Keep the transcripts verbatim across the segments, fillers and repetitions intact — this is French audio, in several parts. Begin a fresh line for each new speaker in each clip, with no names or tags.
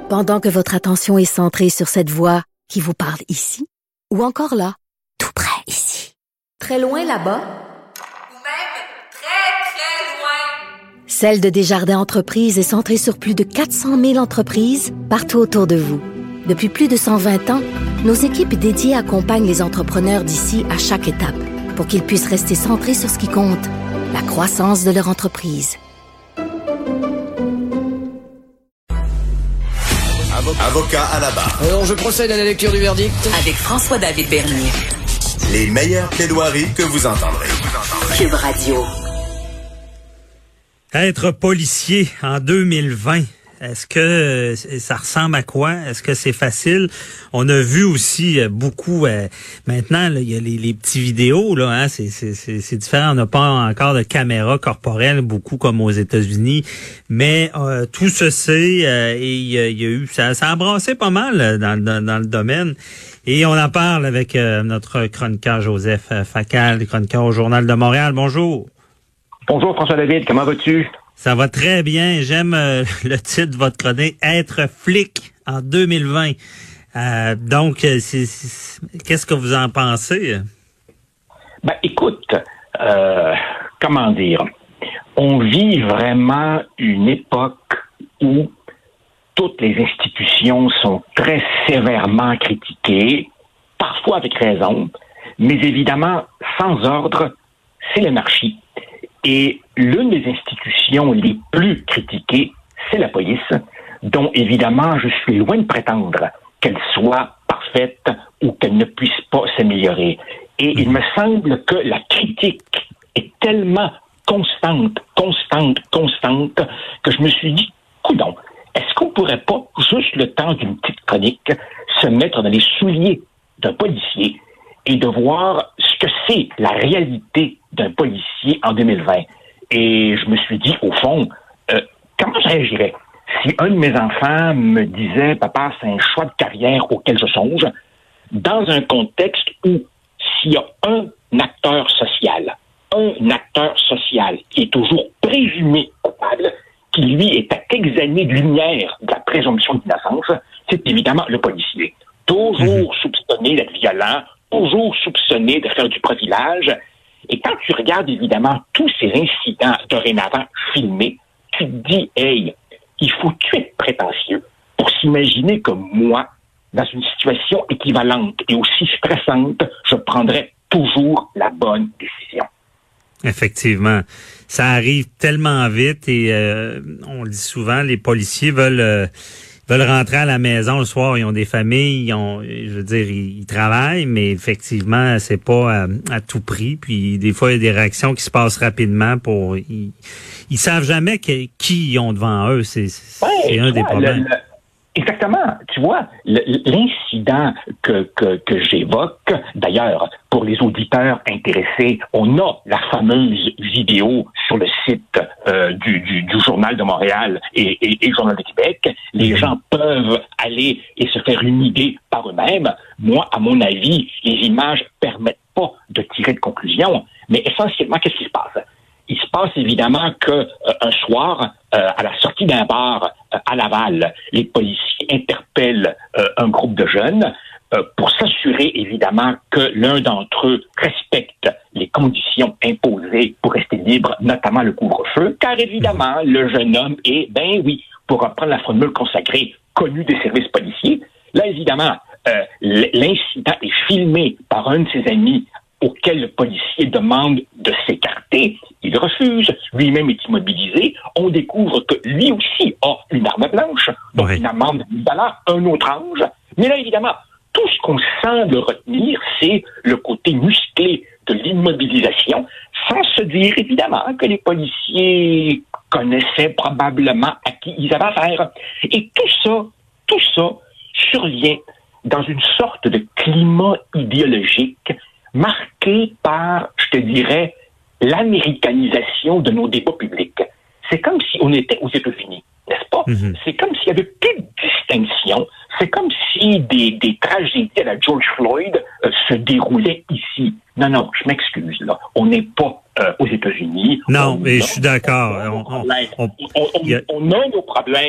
Pendant que votre attention est centrée sur cette voix qui vous parle ici, ou encore là, tout près ici, très loin là-bas,
ou même très, très loin,
Celle de Desjardins Entreprises est centrée sur plus de quatre cent mille entreprises partout autour de vous. Depuis plus de cent vingt ans, nos équipes dédiées accompagnent les entrepreneurs d'ici à chaque étape pour qu'ils puissent rester centrés sur ce qui compte, la croissance de leur entreprise.
Avocat à la barre.
Alors, je procède à la lecture du verdict.
Avec François-David Bernier.
Les meilleures plaidoiries que vous entendrez.
Cube Radio.
Être policier en deux mille vingt, est-ce que ça ressemble à quoi? Est-ce que c'est facile? On a vu aussi beaucoup, euh, maintenant, il y a les, les petits vidéos, là, hein, c'est, c'est, c'est, c'est différent. On n'a pas encore de caméra corporelle, beaucoup comme aux États-Unis, mais euh, tout se sait euh, et il y, a, y a eu, ça, ça a embrassé pas mal dans, dans, dans le domaine. Et on en parle avec euh, notre chroniqueur Joseph Facal, chroniqueur au Journal de Montréal. Bonjour.
Bonjour François-David, comment vas-tu?
Ça va très bien. J'aime euh, le titre de votre chronique, Être flic en deux mille vingt. Euh, donc, c'est, c'est, qu'est-ce que vous en pensez?
Ben, écoute, euh, comment dire, on vit vraiment une époque où toutes les institutions sont très sévèrement critiquées, parfois avec raison, mais évidemment, sans ordre, c'est l'anarchie. Et l'une des institutions les plus critiquées, c'est la police, dont évidemment je suis loin de prétendre qu'elle soit parfaite ou qu'elle ne puisse pas s'améliorer. Et il me semble que la critique est tellement constante, constante, constante, que je me suis dit, coudonc, est-ce qu'on pourrait pas, juste le temps d'une petite chronique, se mettre dans les souliers d'un policier et de voir ce que c'est la réalité d'un policier en deux mille vingt. Et je me suis dit, au fond, euh, comment je réagirais si un de mes enfants me disait, papa, c'est un choix de carrière auquel je songe, dans un contexte où s'il y a un acteur social, un acteur social qui est toujours présumé coupable, qui lui est à quelques années de lumière de la présomption d'innocence, c'est évidemment le policier. Toujours mmh. soupçonné d'être violent, toujours soupçonné de faire du profilage. Et quand tu regardes évidemment tous ces incidents dorénavant filmés, tu te dis, hey, il faut tu être prétentieux pour s'imaginer que moi, dans une situation équivalente et aussi stressante, je prendrais toujours la bonne décision.
Effectivement. Ça arrive tellement vite et euh, on le dit souvent, les policiers veulent... Euh, veulent rentrer à la maison le soir, ils ont des familles, ils ont, je veux dire, ils, ils travaillent, mais effectivement, c'est pas à, à tout prix. Puis des fois, il y a des réactions qui se passent rapidement pour, ils, ils savent jamais que, qui ils ont devant eux. C'est, c'est
ouais,
un des
vois,
problèmes.
Le, le, exactement. Tu vois, le, l'incident que, que, que j'évoque, d'ailleurs, pour les auditeurs intéressés, on a la fameuse vidéo sur le site euh, du, du, du Journal de Montréal et, et, et Journal de Québec. Les gens peuvent aller et se faire une idée par eux-mêmes. Moi, à mon avis, les images permettent pas de tirer de conclusion. Mais essentiellement, qu'est-ce qui se passe? Il se passe évidemment que euh, un soir, euh, à la sortie d'un bar euh, à Laval, les policiers interpellent euh, un groupe de jeunes euh, pour s'assurer évidemment que l'un d'entre eux respecte les conditions imposées pour rester libre, notamment le couvre-feu, car évidemment, le jeune homme est, ben oui, pour reprendre la formule consacrée, connu des services policiers. Là, évidemment, euh, l'incident est filmé par un de ses amis auquel le policier demande de s'écarter. Il refuse, lui-même est immobilisé. On découvre que lui aussi a une arme blanche, donc oui. Une amende de mille dollars, un autre ange. Mais là, évidemment, tout ce qu'on semble retenir, c'est le côté musclé de l'immobilisation, sans se dire, évidemment, que les policiers connaissaient probablement à qui ils avaient affaire. Et tout ça, tout ça survient dans une sorte de climat idéologique marqué par, je te dirais, l'américanisation de nos débats publics. C'est comme si on était aux États-Unis, n'est-ce pas? Mm-hmm. C'est comme s'il y avait plus de distinction. C'est comme si des, des tragédies à la George Floyd euh, se déroulaient ici. Non, non, je m'excuse, là. On n'est pas euh, aux États-Unis.
Non,
on
mais
a,
je suis d'accord.
On, on,
on, on,
on, on,
a...
on a nos problèmes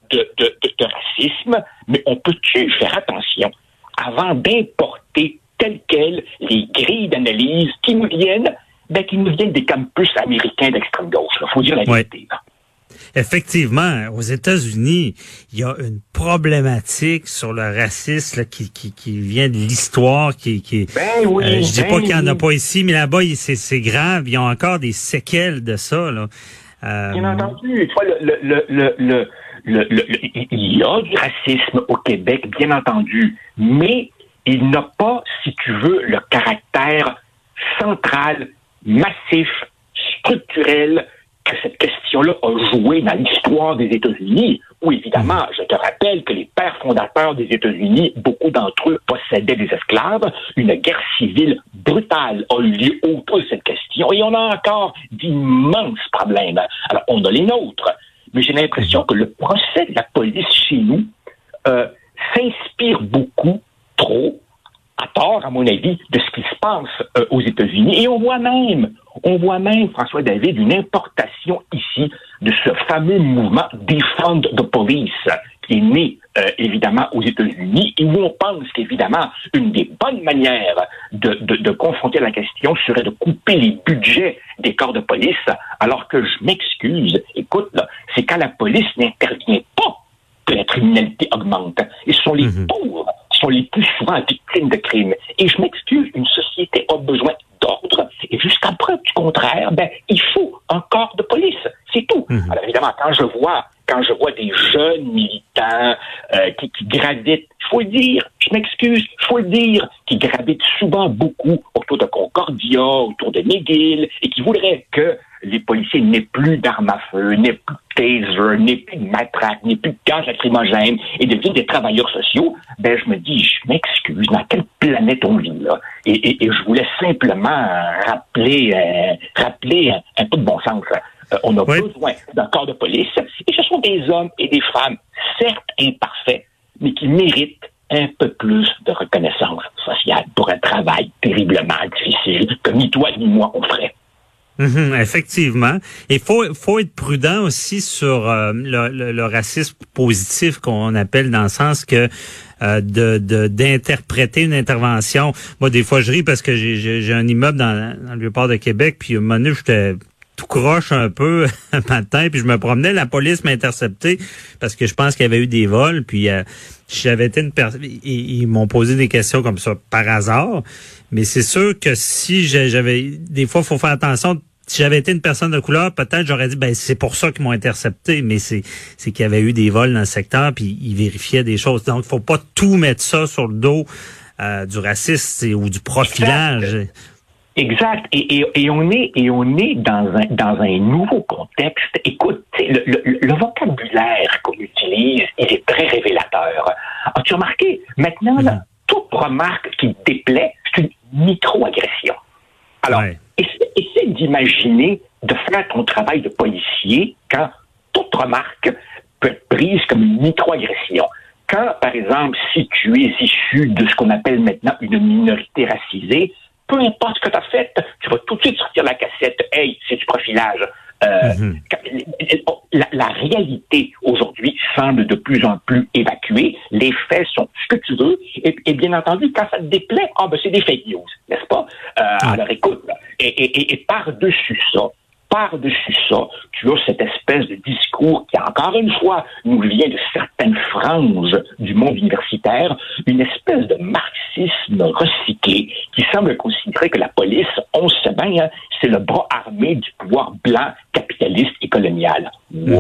de, de, de, de racisme, mais on peut-tu faire attention avant d'importer telles quelles les grilles d'analyse qui nous viennent, ben, qui nous viennent des campus américains d'extrême gauche. Il faut dire la
ouais.
vérité. Là.
Effectivement, aux États-Unis, il y a une problématique sur le racisme là, qui, qui, qui vient de l'histoire, qui, qui
ben oui,
euh, je dis
ben
pas qu'il n'y en a
oui.
pas ici, mais là-bas, c'est, c'est grave. Il y a encore des séquelles de ça. Là. Euh...
Bien entendu. Tu vois, le, le, le, le, le, le, le, le, il y a du racisme au Québec, bien entendu, mais il n'a pas, si tu veux, le caractère central, massif, structurel que cette question-là a joué dans l'histoire des États-Unis, où évidemment, je te rappelle que les pères fondateurs des États-Unis, beaucoup d'entre eux possédaient des esclaves. Une guerre civile brutale a eu lieu autour de cette question, et on a encore d'immenses problèmes. Alors, on a les nôtres, mais j'ai l'impression que le procès de la police chez nous euh, s'inspire beaucoup, trop, à tort, à mon avis, de ce qui se passe euh, aux États-Unis. Et on voit même, on voit même, François David, une importation ici de ce fameux mouvement Defund the Police, qui est né, euh, évidemment, aux États-Unis, et où on pense qu'évidemment, une des bonnes manières de, de, de confronter la question serait de couper les budgets des corps de police, alors que je m'excuse, écoute, là, c'est quand la police n'intervient pas que la criminalité augmente. Et ce sont les mmh. pauvres sont les plus souvent victimes de crimes. Et je m'excuse, une société a besoin d'ordre, et jusqu'à preuve du contraire, ben, il faut un corps de police. C'est tout. Mmh. Alors évidemment, quand je vois, quand je vois des jeunes militants euh, qui, qui gravitent, il faut le dire, je m'excuse, il faut le dire, qui gravitent souvent beaucoup autour de Concordia, autour de McGill, et qui voudraient que les policiers n'aient plus d'armes à feu, n'aient plus de taser, n'aient plus de matraque, n'aient plus de gaz lacrymogène et deviennent des travailleurs sociaux, ben je me dis, je m'excuse, dans quelle planète on vit là? Et, et, et je voulais simplement rappeler, euh, rappeler un, un peu de bon sens. Euh, on a oui. besoin d'un corps de police, et ce sont des hommes et des femmes, certes imparfaits, mais qui méritent un peu plus de reconnaissance sociale pour un travail terriblement difficile que ni toi ni moi on ferait.
Mmh, effectivement. Il faut, faut être prudent aussi sur euh, le, le, le racisme positif qu'on appelle, dans le sens que euh, de, de d'interpréter une intervention. Moi, des fois, je ris parce que j'ai, j'ai, j'ai un immeuble dans, dans le Vieux-Port de Québec, puis un moment donné, j'étais tout croche un peu un matin, puis je me promenais, la police m'a intercepté parce que je pense qu'il y avait eu des vols, puis euh, j'avais été une personne, ils, ils m'ont posé des questions comme ça par hasard, mais c'est sûr que si j'avais, des fois, il faut faire attention. Si j'avais été une personne de couleur, peut-être j'aurais dit ben c'est pour ça qu'ils m'ont intercepté, mais c'est c'est qu'il y avait eu des vols dans le secteur puis ils vérifiaient des choses. Donc faut pas tout mettre ça sur le dos euh, du racisme ou du profilage.
Exact. Exact. Et, et, et on est et on est dans un dans un nouveau contexte. Écoute, le, le, le vocabulaire qu'on utilise, il est très révélateur. As-tu remarqué? Maintenant, mm-hmm. là, toute remarque qui déplaît, c'est une microagression. Alors, ouais. essaie, essaie d'imaginer de faire ton travail de policier quand toute remarque peut être prise comme une microagression. Quand, par exemple, si tu es issu de ce qu'on appelle maintenant une minorité racisée, peu importe ce que tu as fait, tu vas tout de suite sortir la cassette. Hey, c'est du profilage. Euh, mm-hmm. la, la réalité aujourd'hui semble de plus en plus évacuée. Les faits sont ce que tu veux. Et, et bien entendu, quand ça te déplaît, ah ben c'est des fake news, n'est-ce pas? Euh, ah. Alors écoute, et, et, et par-dessus ça, par-dessus ça, tu as cette espèce de discours qui, encore une fois, nous vient de certaines franges du monde universitaire, une espèce de marxisme recyclé qui semble considérer que la police, on se sait bien, hein, c'est le bras armé du pouvoir blanc, capitaliste et colonial.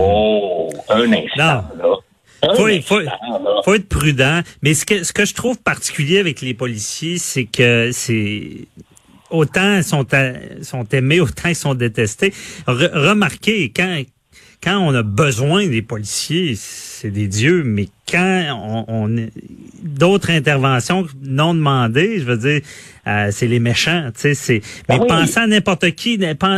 Wow! Un instant,
non.
là.
Faut, faut, faut être prudent. Mais ce que, ce que je trouve particulier avec les policiers, c'est que c'est... autant ils sont, à, sont aimés, autant ils sont détestés. Re, remarquez, quand, quand on a besoin des policiers, c'est des dieux, mais quand on, on d'autres interventions non demandées, je veux dire, euh, c'est les méchants, tu sais, c'est, mais ah oui. Pensez à n'importe qui,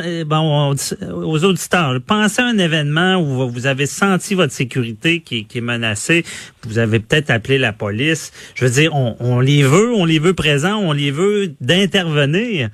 bon, aux auditeurs, pensez à un événement où vous avez senti votre sécurité qui, qui est menacée, vous avez peut-être appelé la police. Je veux dire, on, on les veut, on les veut présents, on les veut d'intervenir.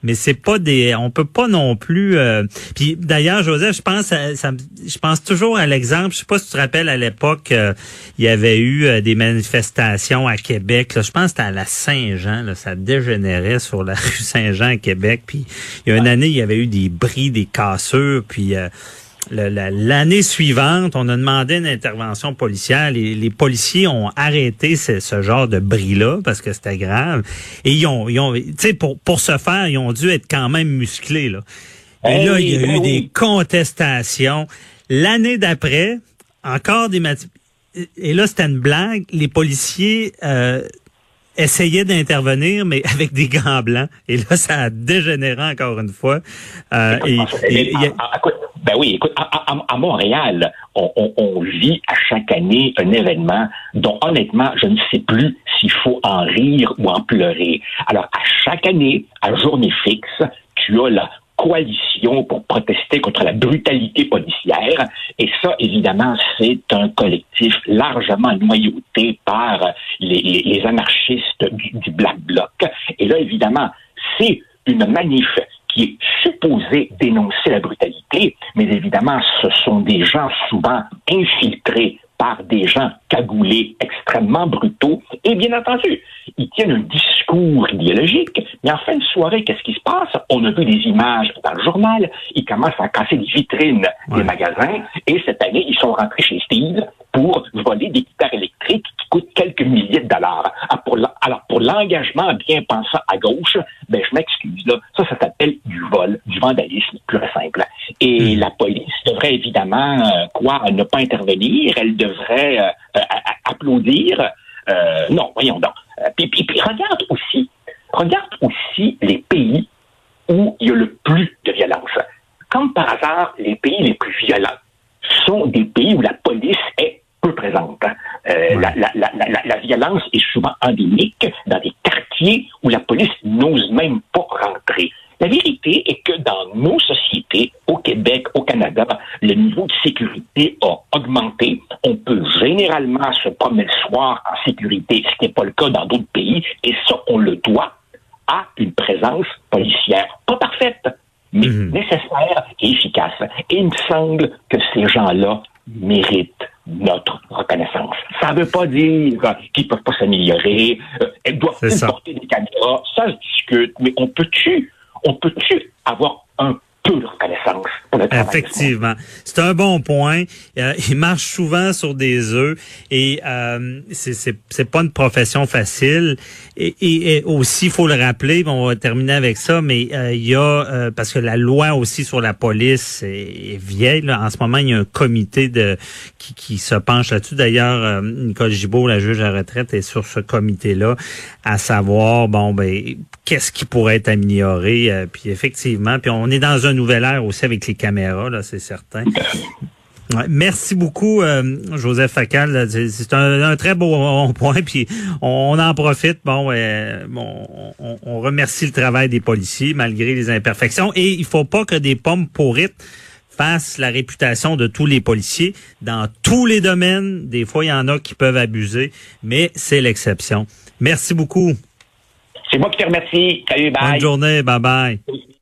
mais c'est pas des, on peut pas non plus. Euh, puis d'ailleurs, Joseph, je pense, à, ça, je pense toujours à l'exemple. Je sais pas si tu te rappelles à l'époque, euh, il y avait eu euh, des manifestations à Québec. Là, je pense que c'était à la Saint-Jean. Là, ça dégénérait sur la rue Saint-Jean à Québec. Puis il y a une année, il y avait eu des bris, des cassures. Puis euh, Le, la, l'année suivante, on a demandé une intervention policière. Les, les policiers ont arrêté ce, ce genre de bris-là parce que c'était grave. Et ils ont, ils ont, tu sais, pour pour ce faire, ils ont dû être quand même musclés là. Et hey, là, il y a eu oui. des contestations. L'année d'après, encore des mat- et là c'était une blague. Les policiers euh, essayaient d'intervenir, mais avec des gants blancs. Et là, ça a dégénéré encore une fois. Euh, et, et, et,
Ben oui, écoute, à, à, à Montréal, on, on, on vit à chaque année un événement dont, honnêtement, je ne sais plus s'il faut en rire ou en pleurer. Alors, à chaque année, à journée fixe, tu as la coalition pour protester contre la brutalité policière. Et ça, évidemment, c'est un collectif largement noyauté par les, les, les anarchistes du, du Black Bloc. Et là, évidemment, c'est une manif qui est supposé dénoncer la brutalité, mais évidemment, ce sont des gens souvent infiltrés par des gens cagoulés extrêmement brutaux. Et bien entendu, ils tiennent un discours idéologique, mais en fin de soirée, qu'est-ce qui se passe? On a vu des images dans le journal, ils commencent à casser les vitrines ouais. des magasins, et cette année, ils sont rentrés chez Steve pour voler des guitares électriques qui coûtent quelques milliers de dollars. Alors pour, alors pour l'engagement bien pensant à gauche, ben je m'excuse, là, ça, ça s'appelle du vol, du vandalisme pur et simple. Et mmh. la police devrait évidemment, euh, quoi, ne pas intervenir, elle devrait euh, euh, applaudir. Euh, non, voyons donc. Euh, puis, puis, puis regarde aussi, regarde aussi les pays où il y a le plus de violence. Comme par hasard, les pays les plus violents sont des pays où la police est peu présente. Euh, ouais. la, la, la, la, la violence est souvent endémique dans des quartiers où la police n'ose même pas rentrer. La vérité est que dans nos sociétés, au Québec, au Canada, le niveau de sécurité a augmenté. On peut généralement se promener le soir en sécurité, ce qui n'est pas le cas dans d'autres pays, et ça, on le doit à une présence policière. Pas parfaite, mais mmh. nécessaire et efficace. Et il me semble que ces gens-là méritent notre reconnaissance. Ça ne veut pas dire qu'ils ne peuvent pas s'améliorer, euh, elles doivent porter des caméras, ça se discute, mais on peut-tu On peut-tu avoir un peu de reconnaissance pour le travail?
Effectivement. C'est un bon point. Euh, il marche souvent sur des œufs et euh, c'est, c'est, c'est pas une profession facile. Et, et, et aussi, il faut le rappeler, on va terminer avec ça, mais euh, il y a, euh, parce que la loi aussi sur la police est, est vieille. Là. En ce moment, il y a un comité de qui, qui se penche là-dessus. D'ailleurs, euh, Nicole Gibault, la juge à retraite, est sur ce comité-là, à savoir, bon, ben, qu'est-ce qui pourrait être amélioré. Euh, puis effectivement, puis on est dans un nouvel ère aussi avec les caméras, là, c'est certain. Ouais, merci beaucoup, euh, Joseph Facal. C'est, c'est un, un très beau bon point, puis on, on en profite. Bon, euh, bon on, on remercie le travail des policiers malgré les imperfections. Et il faut pas que des pommes pourrites fassent la réputation de tous les policiers. Dans tous les domaines, des fois, il y en a qui peuvent abuser, mais c'est l'exception. Merci beaucoup.
C'est moi qui te remercie. Salut, bye.
Bonne journée, bye bye.